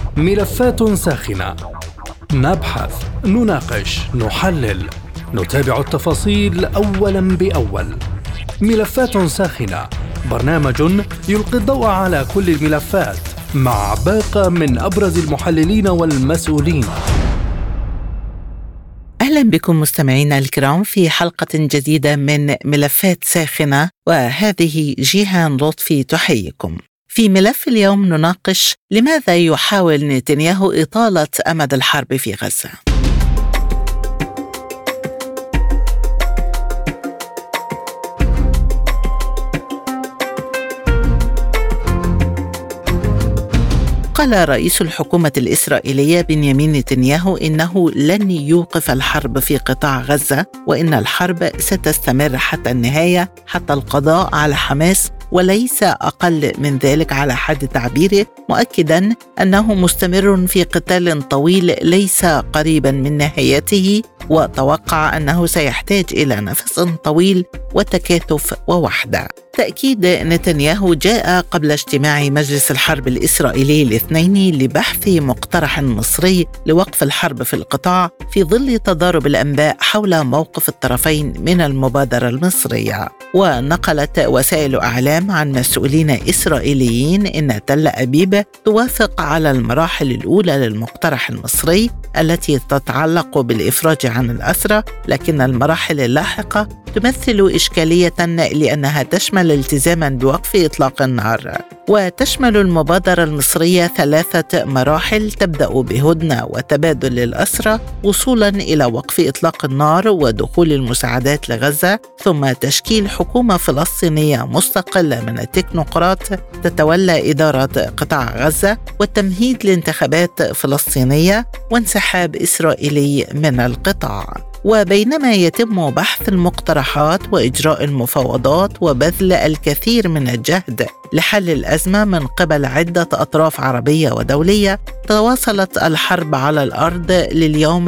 ملفات ساخنة، نبحث، نناقش، نحلل، نتابع التفاصيل أولاً بأول. ملفات ساخنة، برنامج يلقي الضوء على كل الملفات مع باقة من أبرز المحللين والمسؤولين. أهلا بكم مستمعينا الكرام في حلقة جديدة من ملفات ساخنة، وهذه جيهان لطفي تحييكم. في ملف اليوم نناقش لماذا يحاول نتنياهو إطالة أمد الحرب في غزة. قال رئيس الحكومة الإسرائيلية بنيامين نتنياهو إنه لن يوقف الحرب في قطاع غزة، وإن الحرب ستستمر حتى النهاية، حتى القضاء على حماس، وليس أقل من ذلك على حد تعبيره، مؤكداً أنه مستمر في قتال طويل ليس قريباً من نهايته، وتوقع أنه سيحتاج إلى نفس طويل وتكاتف ووحدة. تأكيد نتنياهو جاء قبل اجتماع مجلس الحرب الإسرائيلي الاثنين لبحث مقترح مصري لوقف الحرب في القطاع، في ظل تضارب الأنباء حول موقف الطرفين من المبادرة المصرية. ونقلت وسائل أعلام عن مسؤولين إسرائيليين إن تل أبيب توافق على المراحل الأولى للمقترح المصري التي تتعلق بالإفراج عن الأسرى، لكن المراحل اللاحقة تمثل إشكالية لأنها تشمل التزاما بوقف إطلاق النار. وتشمل المبادرة المصرية 3 مراحل تبدأ بهدنة وتبادل الأسرى، وصولا إلى وقف إطلاق النار ودخول المساعدات لغزة، ثم تشكيل حكومة فلسطينية مستقلة من التكنوقراط تتولى إدارة قطاع غزة، والتمهيد لانتخابات فلسطينية، وانسحاب إسرائيلي من القطاع. وبينما يتم بحث المقترحات وإجراء المفاوضات وبذل الكثير من الجهد لحل الأزمة من قبل عدة أطراف عربية ودولية، تواصلت الحرب على الأرض لليوم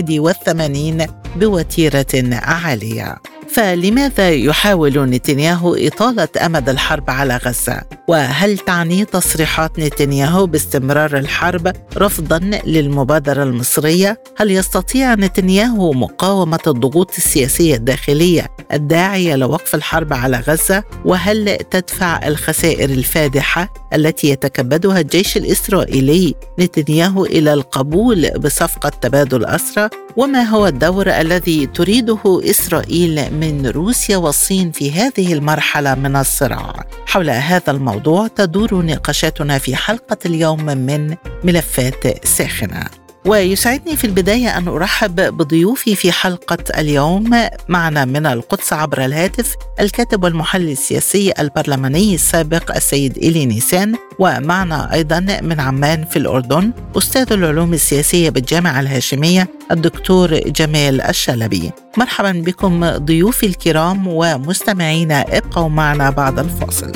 81 بوتيرة عالية. فلماذا يحاول نتنياهو إطالة أمد الحرب على غزة؟ وهل تعني تصريحات نتنياهو باستمرار الحرب رفضاً للمبادرة المصرية؟ هل يستطيع نتنياهو مقاومة الضغوط السياسية الداخلية الداعية لوقف الحرب على غزة؟ وهل تدفع الخسائر الفادحة التي يتكبدها الجيش الإسرائيلي نتنياهو إلى القبول بصفقة تبادل أسرى؟ وما هو الدور الذي تريده إسرائيل من روسيا والصين في هذه المرحلة من الصراع؟ حول هذا الموضوع تدور نقاشاتنا في حلقة اليوم من ملفات ساخنة. ويسعدني في البداية أن أرحب بضيوفي في حلقة اليوم. معنا من القدس عبر الهاتف الكاتب والمحلل السياسي البرلماني السابق السيد إيلي نيسان، ومعنا أيضا من عمان في الأردن أستاذ العلوم السياسية بالجامعة الهاشمية الدكتور جمال الشلبي. مرحبا بكم ضيوفي الكرام ومستمعينا، ابقوا معنا بعد الفاصل.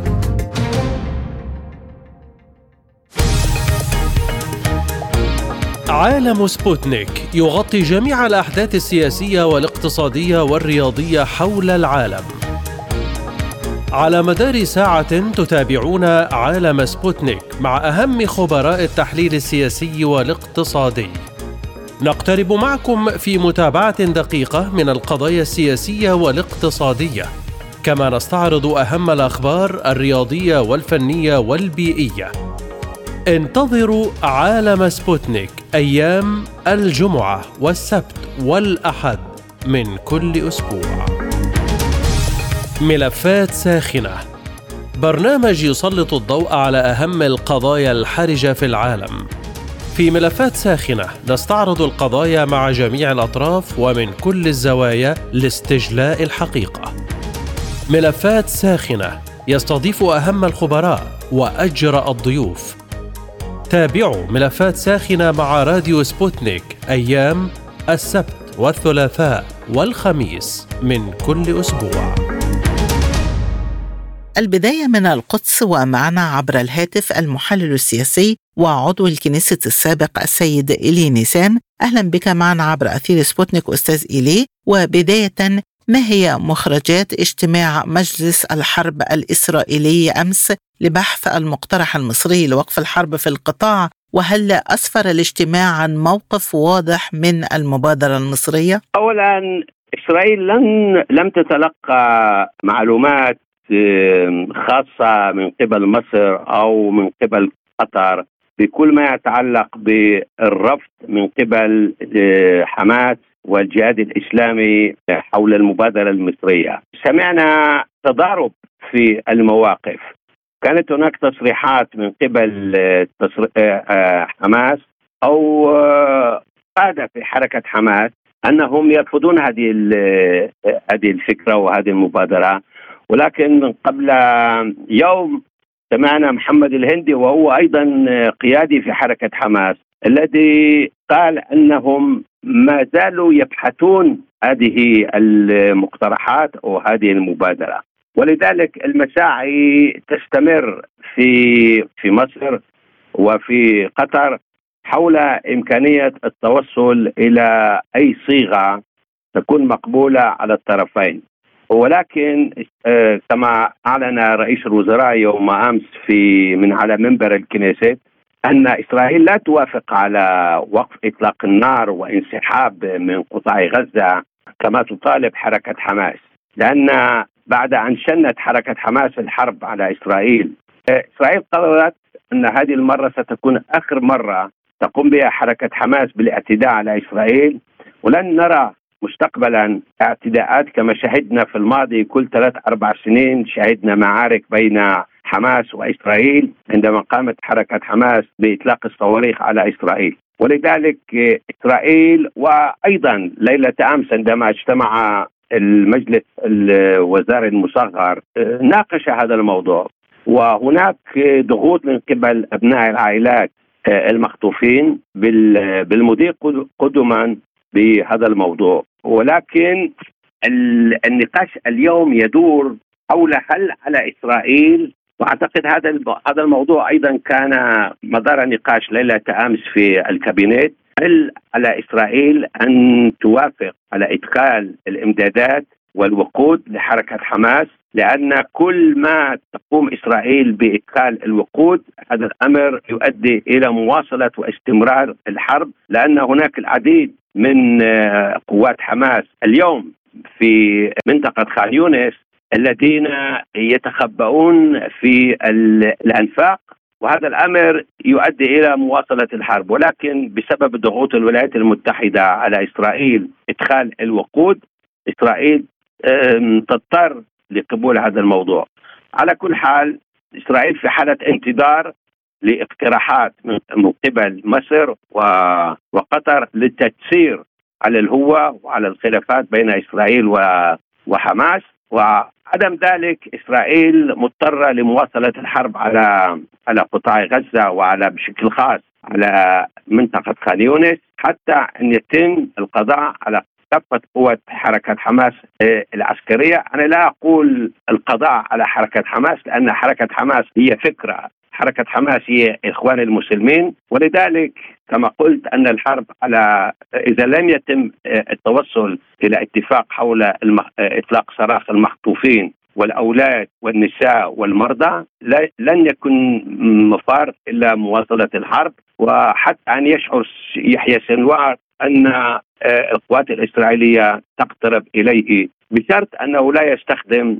عالم سبوتنيك يغطي جميع الأحداث السياسية والاقتصادية والرياضية حول العالم. على مدار ساعة تتابعون عالم سبوتنيك مع أهم خبراء التحليل السياسي والاقتصادي. نقترب معكم في متابعة دقيقة من القضايا السياسية والاقتصادية، كما نستعرض أهم الأخبار الرياضية والفنية والبيئية. انتظروا عالم سبوتنيك أيام الجمعة والسبت والأحد من كل أسبوع. ملفات ساخنة، برنامج يسلط الضوء على أهم القضايا الحرجة في العالم. في ملفات ساخنة نستعرض القضايا مع جميع الأطراف ومن كل الزوايا لاستجلاء الحقيقة. ملفات ساخنة يستضيف أهم الخبراء وأجرأ الضيوف. تابعوا ملفات ساخنة مع راديو سبوتنيك أيام السبت والثلاثاء والخميس من كل أسبوع. البداية من القدس، ومعنا عبر الهاتف المحلل السياسي وعضو الكنيسة السابق السيد إيلي نيسان. أهلا بك معنا عبر أثير سبوتنيك أستاذ إيلي. وبداية، ما هي مخرجات اجتماع مجلس الحرب الإسرائيلي أمس لبحث المقترح المصري لوقف الحرب في القطاع وهل أسفر الاجتماع عن موقف واضح من المبادرة المصرية؟ أولا، إسرائيل لم تتلقى معلومات خاصة من قبل مصر أو من قبل قطر بكل ما يتعلق بالرفض من قبل حماس والجهاد الإسلامي حول المبادرة المصرية. سمعنا تضارب في المواقف. كانت هناك تصريحات من قبل حماس أو قادة في حركة حماس أنهم يرفضون هذه الفكرة وهذه المبادرة، ولكن من قبل يوم سمعنا محمد الهندي وهو أيضا قيادي في حركة حماس الذي قال أنهم ما زالوا يبحثون هذه المقترحات أو هذه المبادرة، ولذلك المساعي تستمر في مصر وفي قطر حول إمكانية التوصل إلى أي صيغة تكون مقبولة على الطرفين. ولكن كما أعلن رئيس الوزراء يوم أمس من على منبر الكنيست أن إسرائيل لا توافق على وقف إطلاق النار وانسحاب من قطاع غزة كما تطالب حركة حماس، لأن بعد أن شنت حركة حماس الحرب على إسرائيل قررت أن هذه المرة ستكون آخر مرة تقوم بها حركة حماس بالاعتداء على إسرائيل، ولن نرى مستقبلا اعتداءات كما شهدنا في الماضي. كل 3-4 سنين شهدنا معارك بين حماس وإسرائيل عندما قامت حركة حماس بإطلاق الصواريخ على إسرائيل. ولذلك إسرائيل، وأيضا ليلة أمس عندما اجتمع المجلس الوزاري المصغر ناقش هذا الموضوع، وهناك ضغوط من قبل أبناء العائلات المخطوفين بالمضي قدما بهذا الموضوع. ولكن النقاش اليوم يدور حول هل على إسرائيل، وأعتقد هذا الموضوع أيضا كان مدار نقاش ليلة أمس في الكابينت، هل على إسرائيل أن توافق على إدخال الإمدادات والوقود لحركة حماس، لأن كل ما تقوم إسرائيل بإدخال الوقود هذا الأمر يؤدي إلى مواصلة واستمرار الحرب، لأن هناك العديد من قوات حماس اليوم في منطقة خان يونس الذين يتخبؤون في الأنفاق، وهذا الأمر يؤدي إلى مواصلة الحرب. ولكن بسبب ضغوط الولايات المتحدة على إسرائيل إدخال الوقود، إسرائيل تضطر لقبول هذا الموضوع. على كل حال إسرائيل في حالة انتظار لاقتراحات من قبل مصر وقطر للتأثير على الهوة وعلى الخلافات بين إسرائيل وحماس، وعدم ذلك إسرائيل مضطرة لمواصلة الحرب على قطاع غزة وعلى بشكل خاص على منطقة خان يونس حتى أن يتم القضاء على كافة قوة حركة حماس العسكرية. أنا لا أقول القضاء على حركة حماس، لأن حركة حماس هي فكرة، حركة حماس هي إخوان المسلمين، ولذلك كما قلت أن الحرب إذا لم يتم التوصل إلى اتفاق حول إطلاق سراح المخطوفين والأولاد والنساء والمرضى لن يكون مفار إلا مواصلة الحرب، وحتى أن يشعر يحيى سنوار أن القوات الإسرائيلية تقترب إليه بشرط أنه لا يستخدم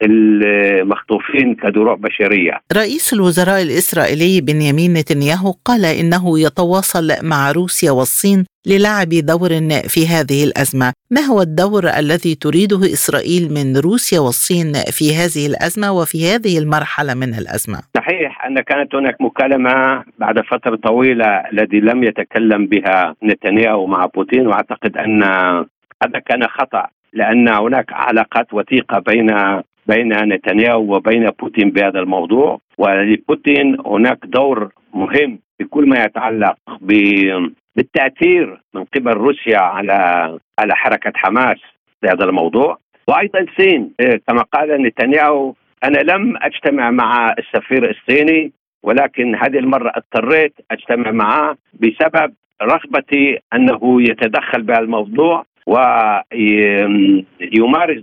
المخطوفين كدروع بشرية. رئيس الوزراء الإسرائيلي بنيامين نتنياهو قال إنه يتواصل مع روسيا والصين للعب دور في هذه الأزمة. ما هو الدور الذي تريده إسرائيل من روسيا والصين في هذه الأزمة وفي هذه المرحلة من الأزمة؟ صحيح أن كانت هناك مكالمة بعد فترة طويلة الذي لم يتكلم بها نتنياهو مع بوتين، وأعتقد أن هذا كان خطأ، لأن هناك علاقات وثيقة بين نتنياهو وبين بوتين بهذا الموضوع، ولبوتين هناك دور مهم بكل ما يتعلق بالتأثير من قبل روسيا على حركة حماس بهذا الموضوع. وأيضا الصين كما قال نتنياهو، أنا لم أجتمع مع السفير الصيني، ولكن هذه المرة اضطريت أجتمع معه بسبب رغبتي أنه يتدخل بهذا الموضوع ويمارس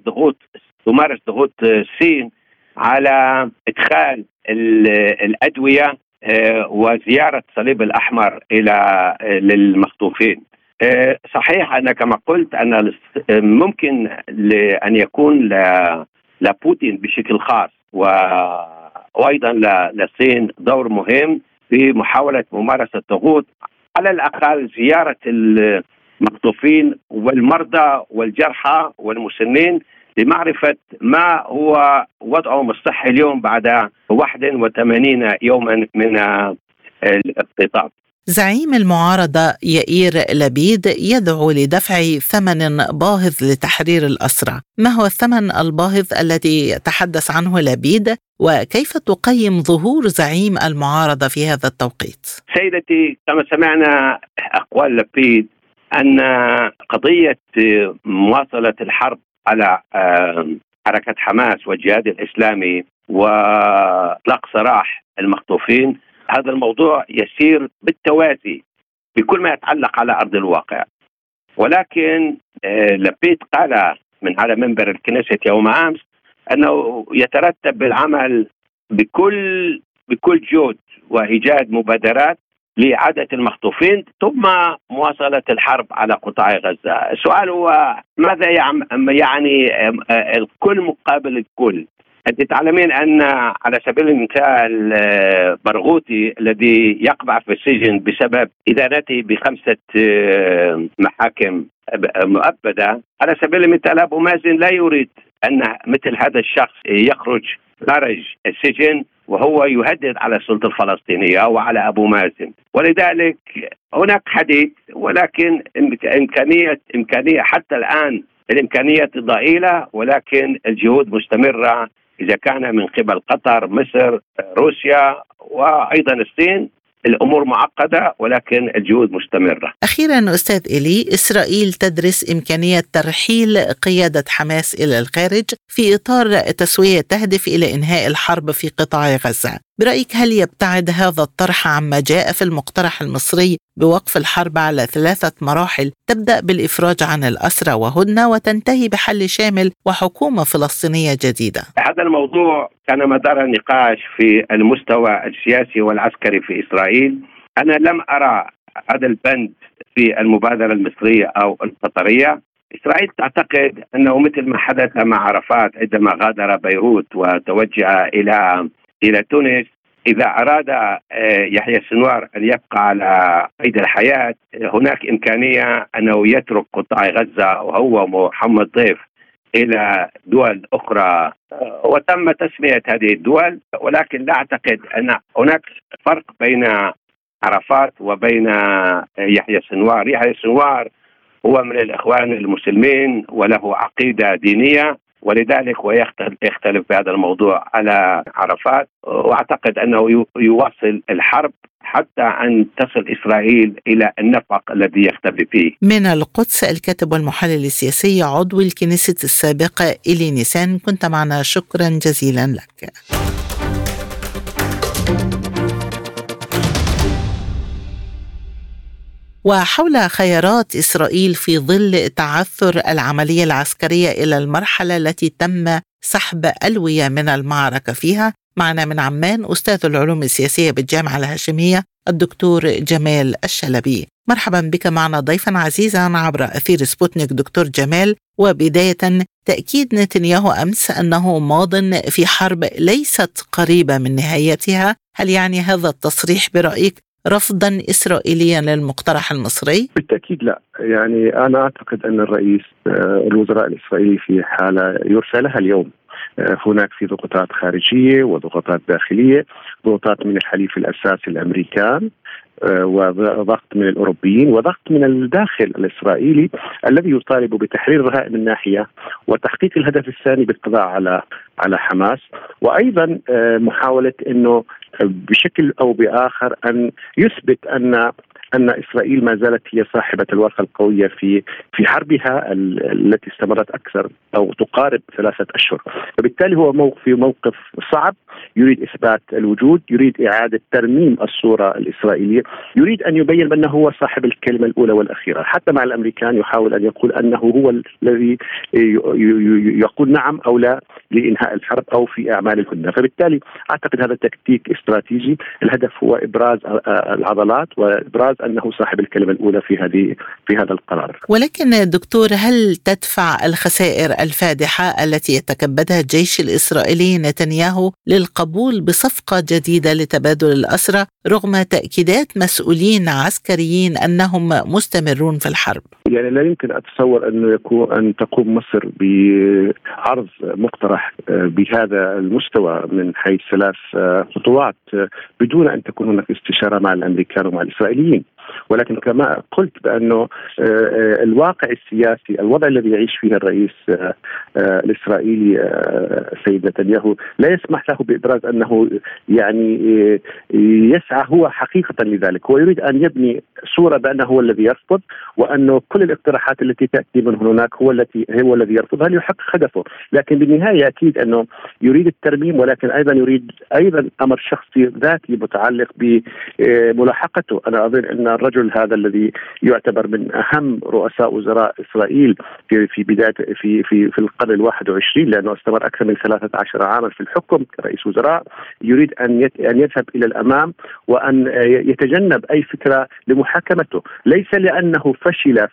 ضغوط الصين على إدخال الأدوية وزيارة الصليب الأحمر للمخطوفين. صحيح أن كما قلت أن ممكن أن يكون لبوتين بشكل خاص وأيضا للصين دور مهم في محاولة ممارسة الضغوط، على الأقل زيارة المخطوفين والمرضى والجرحى والمسنين لمعرفة ما هو وضعهم الصحي اليوم بعد 81 يوما من الاختطاف. زعيم المعارضة يائير لبيد يدعو لدفع ثمن باهظ لتحرير الأسرى. ما هو الثمن الباهظ الذي يتحدث عنه لبيد، وكيف تقيم ظهور زعيم المعارضة في هذا التوقيت؟ سيدتي، كما سمعنا أقوال لبيد أن قضية مواصلة الحرب على حركة حماس والجهاد الإسلامي وإطلاق سراح المخطوفين، هذا الموضوع يسير بالتوازي بكل ما يتعلق على أرض الواقع. ولكن لبيد قال من على منبر الكنيسة يوم أمس أنه يترتب العمل بكل جهد وإيجاد مبادرات لإعادة المخطوفين ثم مواصلة الحرب على قطاع غزة. السؤال هو ماذا يعني الكل مقابل الكل؟ أنت تعلمين أن على سبيل المثال برغوثي الذي يقبع في السجن بسبب إدانته ب5 محاكم مؤبدة، على سبيل المثال أبو مازن لا يريد أن مثل هذا الشخص يخرج خارج السجن وهو يهدد على السلطة الفلسطينية أو على أبو مازن. ولذلك هناك حديث، ولكن إمكانية حتى الآن الإمكانيات ضئيلة، ولكن الجهود مستمرة إذا كان من قبل قطر، مصر، روسيا وأيضا الصين. الأمور معقدة ولكن الجهود مستمرة. أخيرا أستاذ إلي، إسرائيل تدرس إمكانية ترحيل قيادة حماس إلى الخارج في إطار تسوية تهدف إلى إنهاء الحرب في قطاع غزة. برأيك هل يبتعد هذا الطرح عما جاء في المقترح المصري بوقف الحرب على 3 مراحل تبدأ بالإفراج عن الأسرى وهدنة وتنتهي بحل شامل وحكومة فلسطينية جديدة؟ هذا الموضوع كان مدار النقاش في المستوى السياسي والعسكري في إسرائيل. أنا لم أرى هذا البند في المبادرة المصرية أو القطرية. إسرائيل تعتقد أنه مثل ما حدث مع عرفات عندما غادر بيروت وتوجه إلى تونس، إذا أراد يحيى سنوار أن يبقى على قيد الحياة هناك إمكانية أنه يترك قطاع غزة وهو ومحمد ضيف إلى دول أخرى، وتم تسمية هذه الدول. ولكن لا أعتقد أن هناك فرق بين عرفات وبين يحيى سنوار. يحيى سنوار هو من الإخوان المسلمين وله عقيدة دينية، ولذلك يختلف بهذا الموضوع على عرفات، وأعتقد أنه يواصل الحرب حتى أن تصل إسرائيل إلى النفق الذي يختفي فيه. من القدس الكاتب والمحلل السياسي عضو الكنيسة السابقة إلي نيسان، كنت معنا، شكرا جزيلا لك. وحول خيارات إسرائيل في ظل تعثر العملية العسكرية إلى المرحلة التي تم سحب ألوية من المعركة فيها، معنا من عمان أستاذ العلوم السياسية بالجامعة الهاشمية الدكتور جمال الشلبي. مرحبا بك معنا ضيفا عزيزا عبر أثير سبوتنيك دكتور جمال. وبداية، تأكيد نتنياهو أمس أنه ماض في حرب ليست قريبة من نهايتها، هل يعني هذا التصريح برأيك رفضا إسرائيليا للمقترح المصري؟ بالتأكيد لا. يعني أنا أعتقد أن الرئيس الوزراء الإسرائيلي في حالة يرسى لها اليوم. هناك في ضغوطات خارجية وضغوطات داخلية، ضغوطات من الحليف الأساسي الأمريكان وضغط من الأوروبيين وضغط من الداخل الإسرائيلي الذي يطالب بتحرير الرهائن من ناحية وتحقيق الهدف الثاني بالقضاء على حماس، وأيضا محاولة أنه بشكل أو بآخر أن يثبت أن أن إسرائيل ما زالت هي صاحبة الورقة القوية في حربها التي استمرت أكثر أو تقارب 3 أشهر. وبالتالي هو في موقف صعب، يريد إثبات الوجود، يريد إعادة ترميم الصورة الإسرائيلية، يريد أن يبين أنه هو صاحب الكلمة الأولى والأخيرة. حتى مع الأمريكان يحاول أن يقول أنه هو الذي يقول نعم أو لا لإنهاء الحرب أو في أعمال الهدنة. فبالتالي أعتقد هذا تكتيك استراتيجي، الهدف هو إبراز العضلات وإبراز أنه صاحب الكلمة الأولى في هذا القرار. ولكن دكتور، هل تدفع الخسائر الفادحة التي يتكبدها الجيش الإسرائيلي نتنياهو للقبول بصفقة جديدة لتبادل الأسرى رغم تأكيدات مسؤولين عسكريين أنهم مستمرون في الحرب؟ يعني لا يمكن أتصور أن تقوم مصر بعرض مقترح بهذا المستوى من حيث 3 خطوات بدون أن تكون هناك استشارة مع الأمريكان ومع الإسرائيليين. ولكن كما قلت بأنه الواقع السياسي، الوضع الذي يعيش فيه الرئيس الإسرائيلي سيد نتنياهو لا يسمح له بإبراز أنه يعني يسعى هو حقيقة لذلك. هو يريد أن يبني صورة بأنه هو الذي يرفض، وأنه كل الاقتراحات التي تأتي من هناك هو الذي يرفضها ليحقق هدفه. لكن بالنهاية أكيد أنه يريد الترميم، ولكن أيضا يريد أمر شخصي ذاتي متعلق بملاحقته. أنا أظن أن الرجل هذا الذي يعتبر من أهم رؤساء وزراء إسرائيل في بداية في القرن 21، لأنه استمر أكثر من 13 عاما في الحكم كرئيس وزراء، يريد أن يذهب إلى الأمام وأن يتجنب أي فكرة لمحاكمته، ليس لأنه فشل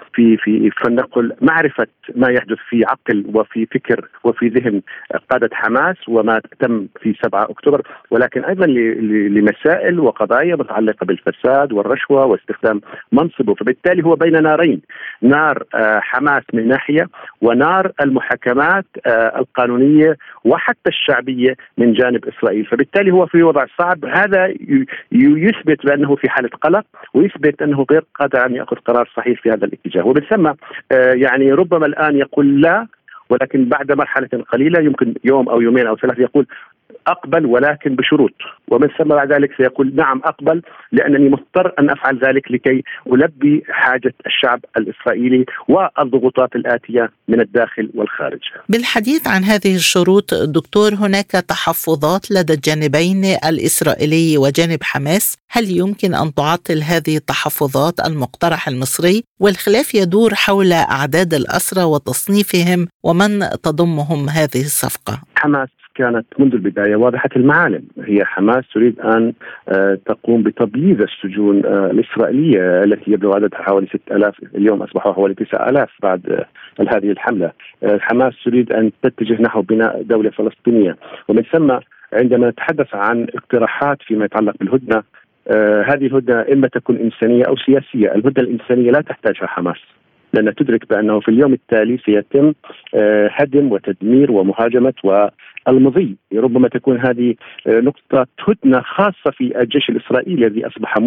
في فلنقل معرفة ما يحدث في عقل وفي فكر وفي ذهن قادة حماس وما تم في 7 أكتوبر، ولكن أيضا لمسائل وقضايا متعلقة بالفساد والرشوة واستخدام منصبه. فبالتالي هو بين نارين، نار حماس من ناحية ونار المحاكمات القانونية وحتى الشعبية من جانب إسرائيل. فبالتالي هو في وضع صعب. هذا يثبت بأنه في حالة قلق، ويثبت أنه غير قادر أن يأخذ قرار صحيح في هذا الاتجاه. ومن ثم يعني ربما الآن يقول لا، ولكن بعد مرحلة قليلة يمكن يوم أو يومين أو 3 يقول أقبل ولكن بشروط، ومن ثم بعد ذلك سيقول نعم أقبل لأنني مضطر أن أفعل ذلك لكي ألبي حاجة الشعب الإسرائيلي والضغوطات الآتية من الداخل والخارج. بالحديث عن هذه الشروط دكتور، هناك تحفظات لدى الجانبين الإسرائيلي وجانب حماس، هل يمكن أن تعطل هذه التحفظات المقترح المصري؟ والخلاف يدور حول أعداد الأسرى وتصنيفهم ومن تضمهم هذه الصفقة. حماس كانت منذ البداية واضحة المعالم، هي حماس تريد أن تقوم بتبييض السجون الإسرائيلية التي يبلغ عددها حوالي 6000، اليوم أصبحوا حوالي 9000 بعد هذه الحملة. حماس تريد أن تتجه نحو بناء دولة فلسطينية. ومن ثم عندما نتحدث عن اقتراحات فيما يتعلق بالهدنة، هذه الهدنة إما تكون إنسانية أو سياسية. الهدنة الإنسانية لا تحتاجها حماس، لأن تدرك بأنه في اليوم التالي سيتم هدم وتدمير ومهاجمة والمضي. ربما تكون هذه نقطة هدنة خاصة في الجيش الإسرائيلي الذي أصبح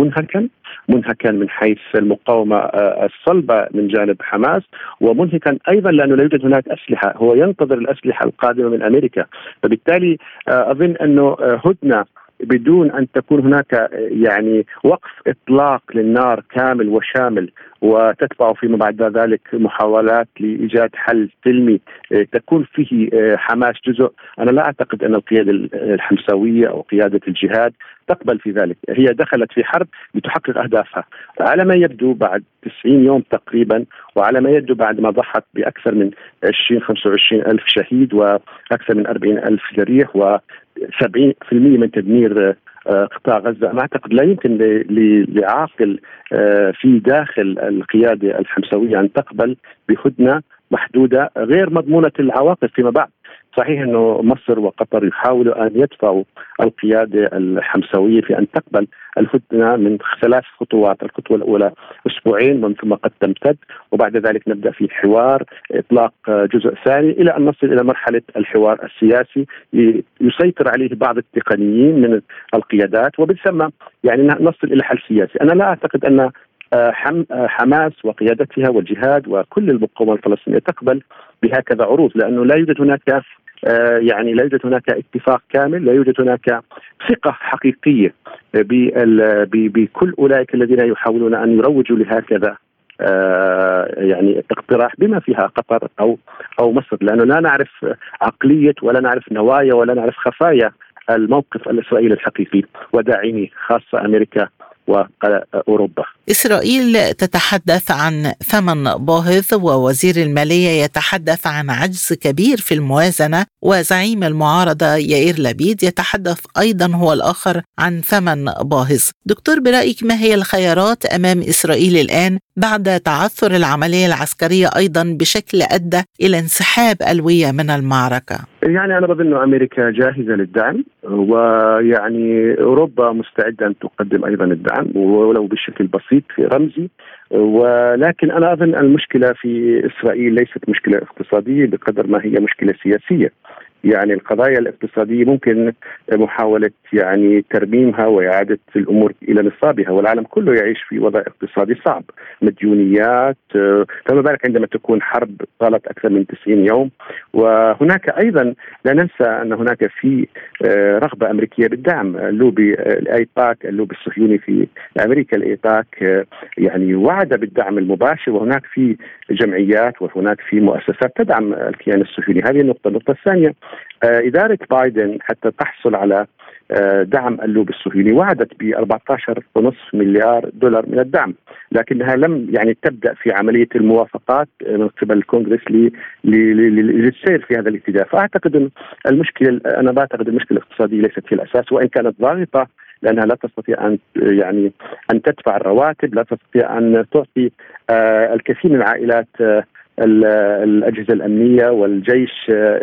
منهكا من حيث المقاومة الصلبة من جانب حماس، ومنهكا أيضا لأنه لا يوجد هناك أسلحة، هو ينتظر الأسلحة القادمة من أمريكا. فبالتالي أظن أنه هدنة بدون أن تكون هناك يعني وقف إطلاق للنار كامل وشامل وتتبع فيما بعد ذلك محاولات لإيجاد حل سلمي تكون فيه حماس جزء. أنا لا أعتقد أن القيادة الحمساوية أو قيادة الجهاد تقبل في ذلك. هي دخلت في حرب لتحقق أهدافها على ما يبدو بعد 90 يوم تقريبا، وعلى ما يبدو بعد ما ضحت بأكثر من 20-25 ألف شهيد وأكثر من 40 ألف جريح و70% من تدمير قطاع غزة. أنا أعتقد لا يمكن لعاقل في داخل القيادة الحمساوية أن تقبل بهدنة محدودة غير مضمونة العواقب فيما بعد. صحيح أنه مصر وقطر يحاولوا أن يدفعوا القيادة الحمساوية في أن تقبل الهدنة من 3 خطوات. الخطوة الأولى أسبوعين من ثم قد تمتد، وبعد ذلك نبدأ في حوار إطلاق جزء ثاني إلى أن نصل إلى مرحلة الحوار السياسي يسيطر عليه بعض التقنيين من القيادات، ومن ثم يعني نصل إلى حل سياسي. أنا لا أعتقد أن حماس وقيادتها والجهاد وكل المقاومة الفلسطينية تقبل بهكذا عروض، لأنه لا يوجد هناك لا يوجد هناك اتفاق كامل، لا يوجد هناك ثقة حقيقية بكل أولئك الذين يحاولون أن يروجوا لهكذا يعني اقتراح بما فيها قطر أو مصر، لأنه لا نعرف عقلية ولا نعرف نوايا ولا نعرف خفايا الموقف الإسرائيلي الحقيقي وداعميه خاصة أمريكا وأوروبا. إسرائيل تتحدث عن ثمن باهظ، ووزير المالية يتحدث عن عجز كبير في الموازنة، وزعيم المعارضة يائير لبيد يتحدث أيضا هو الآخر عن ثمن باهظ. دكتور، برأيك ما هي الخيارات أمام إسرائيل الآن بعد تعثر العملية العسكرية أيضا بشكل أدى إلى انسحاب ألوية من المعركة؟ يعني أنا بظن أمريكا جاهزة للدعم، ويعني أوروبا مستعدة أن تقدم أيضا الدعم ولو بشكل بسيط في رمزي، ولكن أنا أظن المشكلة في إسرائيل ليست مشكلة اقتصادية بقدر ما هي مشكلة سياسية. يعني القضايا الاقتصادية ممكن محاولة يعني ترميمها وإعادة الأمور إلى نصابها، والعالم كله يعيش في وضع اقتصادي صعب، مديونيات، فما بالك عندما تكون حرب طالت أكثر من 90 يوم. وهناك أيضا لا ننسى أن هناك في رغبة أمريكية بالدعم. اللوبي الآيباك، اللوبي الصهيوني في أمريكا الآيباك يعني وعد بالدعم المباشر، وهناك في جمعيات وهناك في مؤسسات تدعم الكيان الصهيوني. هذه النقطة. النقطة الثانية، إدارة بايدن حتى تحصل على دعم اللوبي الصهيوني وعدت ب 14.5 مليار دولار من الدعم، لكنها لم يعني تبدأ في عملية الموافقات من قبل الكونغرس للسير في هذا الاتجاه. فأعتقد أن المشكلة، أنا بعتقد المشكلة الاقتصادية ليست في الأساس، وإن كانت ضاغطة لأنها لا تستطيع أن تدفع الرواتب، لا تستطيع أن تعطي الكثير من العائلات الأجهزة الأمنية والجيش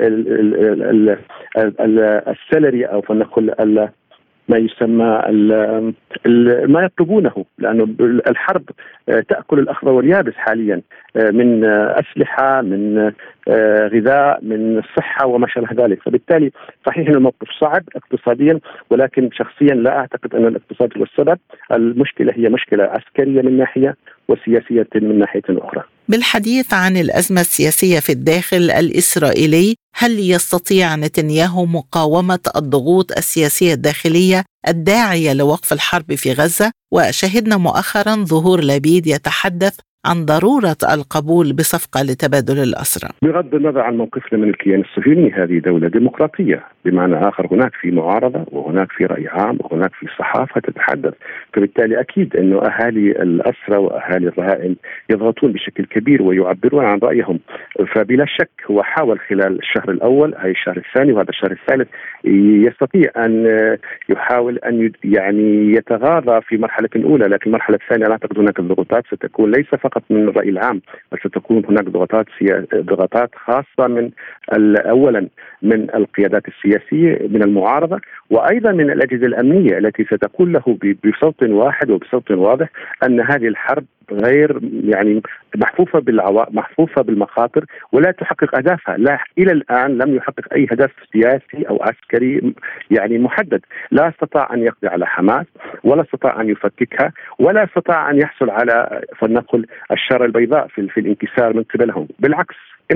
السلري، أو فلنقل ما يسمى ما يطلبونه، لأنه الحرب تأكل الأخضر واليابس حاليا من أسلحة، من غذاء، من صحة وما شابه ذلك. فبالتالي صحيح أن الموقف صعب اقتصاديا، ولكن شخصيا لا أعتقد أن الاقتصاد هو السبب. المشكلة هي مشكلة عسكرية من ناحية وسياسية من ناحية أخرى. بالحديث عن الأزمة السياسية في الداخل الإسرائيلي، هل يستطيع نتنياهو مقاومة الضغوط السياسية الداخلية الداعية لوقف الحرب في غزة؟ وشهدنا مؤخرا ظهور لبيد يتحدث عن ضرورة القبول بصفقة لتبادل الأسرى. بغض النظر عن موقفنا من الكيان الصهيوني، هذه دولة ديمقراطية بمعنى آخر، هناك في معارضة وهناك في رأي عام وهناك في صحافة تتحدث. فبالتالي أكيد أنه أهالي الأسرى وأهالي الرهائن يضغطون بشكل كبير ويعبرون عن رأيهم. فبلا شك هو حاول خلال الشهر الأول، هاي الشهر الثاني وهذا الشهر الثالث، يستطيع أن يحاول أن يعني يتغاضى في مرحلة أولى، لكن المرحلة الثانية لا أعتقد هناك الضغوطات ستكون ليس فقط من الرأي العام، بل ستكون هناك ضغوطات خاصة من أولا من القيادات السياسية، من المعارضة، وأيضا من الأجهزة الأمنية التي ستقول له بصوت واحد وبصوت واضح أن هذه الحرب غير يعني محفوفة بالمخاطر ولا تحقق أهدافها. لا، إلى الآن لم يحقق أي هدف سياسي أو عسكري يعني محدد. لا استطاع أن يقضي على حماس، ولا استطاع أن يفككها، ولا استطاع أن يحصل على فلنقل الشارة البيضاء في الانكسار من قبلهم. بالعكس،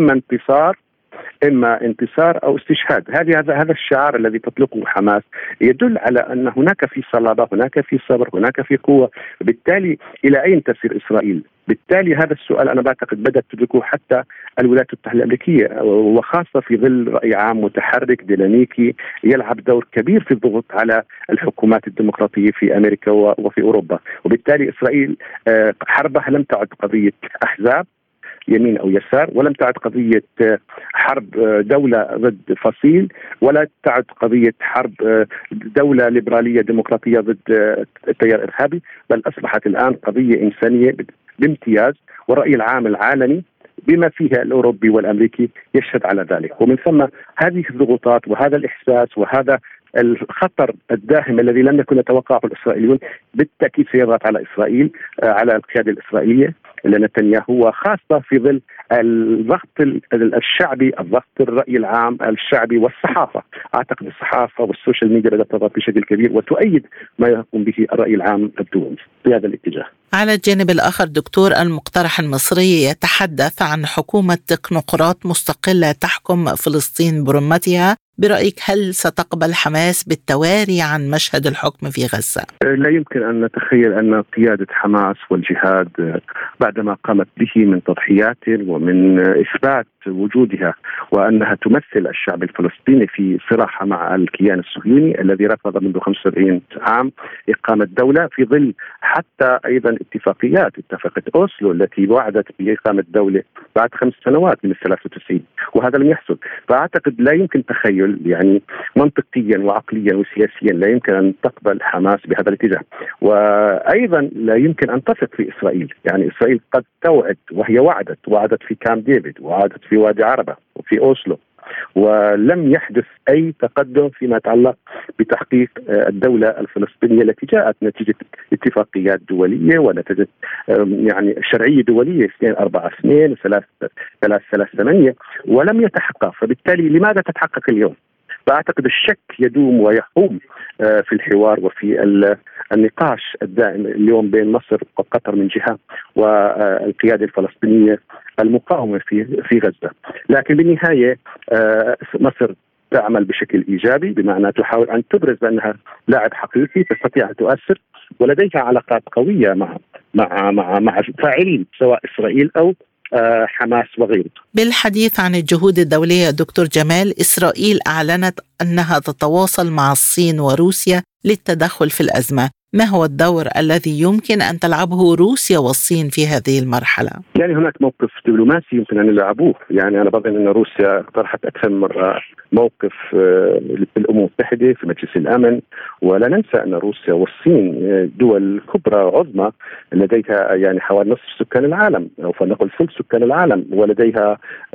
إما انتصار أو استشهاد. هذا الشعار الذي تطلقه حماس يدل على أن هناك في صلابة، هناك في صبر، هناك في قوة. بالتالي إلى أين تسير إسرائيل؟ بالتالي هذا السؤال أنا بعتقد بدأت تدركه حتى الولايات المتحدة الأمريكية، وخاصة في ظل رأي عام متحرك ديناميكي يلعب دور كبير في الضغط على الحكومات الديمقراطية في أمريكا وفي أوروبا. وبالتالي إسرائيل حربها لم تعد قضية أحزاب يمين أو يسار، ولم تعد قضية حرب دولة ضد فصيل، ولا تعد قضية حرب دولة ليبرالية ديمقراطية ضد التيار الإرهابي، بل أصبحت الآن قضية إنسانية بامتياز، والرأي العام العالمي بما فيها الأوروبي والأمريكي يشهد على ذلك. ومن ثم هذه الضغوطات وهذا الإحساس وهذا الخطر الداهم الذي لم يكن يتوقعه الإسرائيليون بالتأكيد سيضغط على إسرائيل، على القيادة الإسرائيلية لنتنياهو، وخاصة في ظل الضغط الشعبي، الضغط الرأي العام الشعبي والصحافة. أعتقد الصحافة والسوشيال ميديا بدأت تضغط بشكل كبير وتؤيد ما يقوم به الرأي العام الدولي في هذا الاتجاه. على الجانب الآخر دكتور، المقترح المصري يتحدث عن حكومة تكنوقراط مستقلة تحكم فلسطين برمتها برأيك هل ستقبل حماس بالتواري عن مشهد الحكم في غزة؟ لا يمكن أن نتخيل أن قيادة حماس والجهاد بعدما قامت به من تضحيات ومن إثبات وجودها وأنها تمثل الشعب الفلسطيني في صراحة مع الكيان الصهيوني الذي رفض منذ 75 عام إقامة دولة في ظل حتى أيضا اتفاقية أوسلو التي وعدت بإقامة دولة بعد 5 سنوات من 93، وهذا لم يحصل. فأعتقد لا يمكن تخيل يعني منطقيا وعقليا وسياسيا لا يمكن أن تقبل حماس بهذا الاتجاه، وأيضا لا يمكن أن تثق في إسرائيل. يعني إسرائيل قد توعد وهي وعدت في كامب ديفيد وعدت في وادي عربة وفي أوسلو، ولم يحدث أي تقدم فيما يتعلق بتحقيق الدولة الفلسطينية التي جاءت نتيجة اتفاقيات دولية ونتيجة يعني شرعية دولية 242 338 ولم يتحقق. فبالتالي لماذا تتحقق اليوم؟ فأعتقد الشك يدوم ويحوم في الحوار وفي النقاش الدائم اليوم بين مصر وقطر من جهة والقيادة الفلسطينية المقاومة في غزة. لكن بالنهاية مصر تعمل بشكل إيجابي، بمعنى تحاول أن تبرز بأنها لاعب حقيقي تستطيع أن تؤثر ولديها علاقات قوية مع فاعلين سواء إسرائيل أو حماس وغيره. بالحديث عن الجهود الدولية دكتور جمال، إسرائيل أعلنت أنها تتواصل مع الصين وروسيا للتدخل في الأزمة. ما هو الدور الذي يمكن أن تلعبه روسيا والصين في هذه المرحلة؟ يعني هناك موقف دبلوماسي يمكن أن يلعبوه. يعني أنا بظن أن روسيا اقترحت أكثر من مرة موقف للأمم المتحدة في مجلس الأمن، ولا ننسى أن روسيا والصين دول كبرى عظمى لديها يعني حوالي نصف سكان العالم أو فلنقل ثلث سكان العالم، ولديها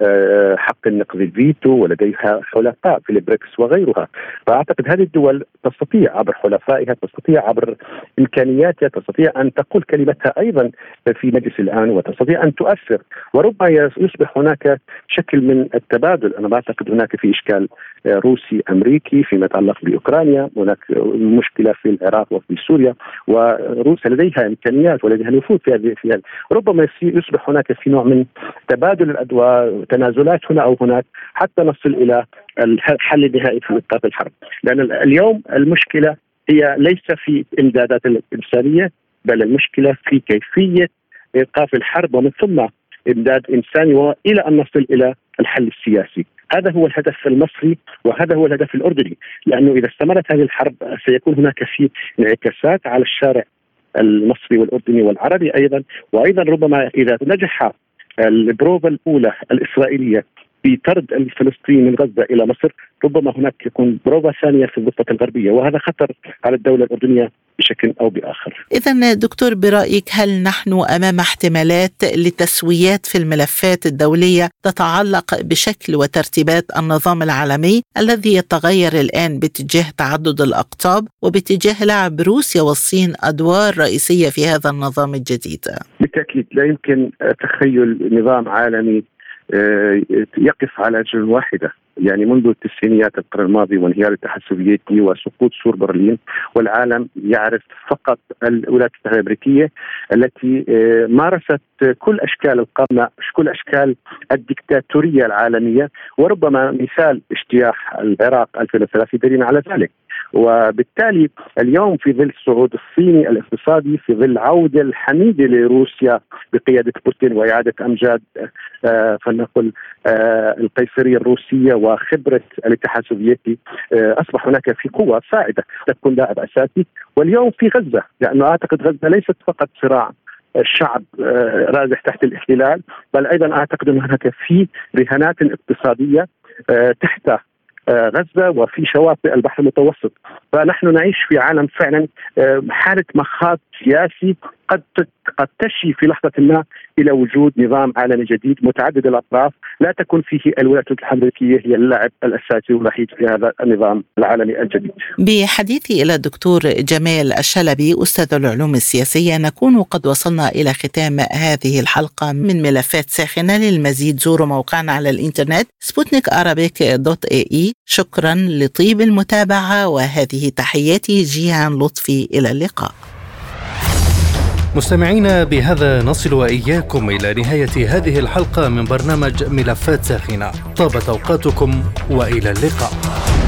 حق النقض الفيتو، ولديها حلفاء في البريكس وغيرها. فأعتقد هذه الدول تستطيع عبر حلفائها، تستطيع عبر إمكانياتها، تستطيع أن تقول كلمتها أيضا في مجلس الأمن وتستطيع أن تؤثر، وربما يصبح هناك شكل من التبادل. أنا بعتقد هناك في إشكال روسي أمريكي فيما يتعلق بأوكرانيا، هناك مشكلة في العراق وفي سوريا، وروسيا لديها إمكانيات ولديها نفوذ في هذه. ربما يصبح هناك في نوع من تبادل الأدوار وتنازلات هنا أو هناك حتى نصل إلى الحل النهائي في إيقاف الحرب. لأن اليوم المشكلة هي ليس في الإمدادات الإنسانية، بل المشكلة في كيفية إيقاف الحرب ومن ثم إمداد إنساني وإلى أن نصل إلى الحل السياسي. هذا هو الهدف المصري وهذا هو الهدف الأردني، لأنه إذا استمرت هذه الحرب سيكون هناك في انعكاسات على الشارع المصري والأردني والعربي أيضا. وأيضا ربما إذا نجح البروفا الأولى الإسرائيلية بطرد الفلسطينيين من غزة إلى مصر، ربما هناك يكون بروفا ثانية في الضفة الغربية، وهذا خطر على الدولة الأردنية بشكل أو بآخر. إذن دكتور، برأيك هل نحن أمام احتمالات لتسويات في الملفات الدولية تتعلق بشكل وترتيبات النظام العالمي الذي يتغير الآن باتجاه تعدد الأقطاب وباتجاه لعب روسيا والصين أدوار رئيسية في هذا النظام الجديد؟ بالتأكيد لا يمكن تخيل نظام عالمي يقف على رجل واحدة. يعني منذ التسعينيات القرن الماضي وانهيار الاتحاد السوفيتي وسقوط سور برلين، والعالم يعرف فقط الولايات المتحدة الأمريكية التي مارست كل أشكال القمع، كل أشكال الدكتاتورية العالمية، وربما مثال اجتياح العراق 2003 دليل على ذلك. وبالتالي اليوم في ظل الصعود الصيني الاقتصادي، في ظل عودة الحميدة لروسيا بقيادة بوتين وإعادة أمجاد فلنقل القيصرية الروسية وخبرة الاتحاد السوفيتي، أصبح هناك في قوة صاعدة تكون لاعب أساسي. واليوم في غزة، لأنه أعتقد غزة ليست فقط صراع الشعب رازح تحت الاحتلال، بل أيضا أعتقد أن هناك في رهانات اقتصادية تحت غزة وفي شواطئ البحر المتوسط. فنحن نعيش في عالم فعلا حالة مخاض سياسي قد تشي في لحظة ما إلى وجود نظام عالمي جديد متعدد الأطراف لا تكون فيه الولايات المتحدة الأمريكية هي اللاعب الأساسي والوحيد في هذا النظام العالمي الجديد. بحديثي إلى الدكتور جمال الشلبي أستاذ العلوم السياسية، نكون قد وصلنا إلى ختام هذه الحلقة من ملفات ساخنة. للمزيد زوروا موقعنا على الإنترنت sputnikarabic.ae. شكرا لطيب المتابعة، وهذه تحياتي جيهان لطفي. إلى اللقاء. مستمعينا، بهذا نصل وإياكم إلى نهاية هذه الحلقة من برنامج ملفات ساخنة. طابت أوقاتكم وإلى اللقاء.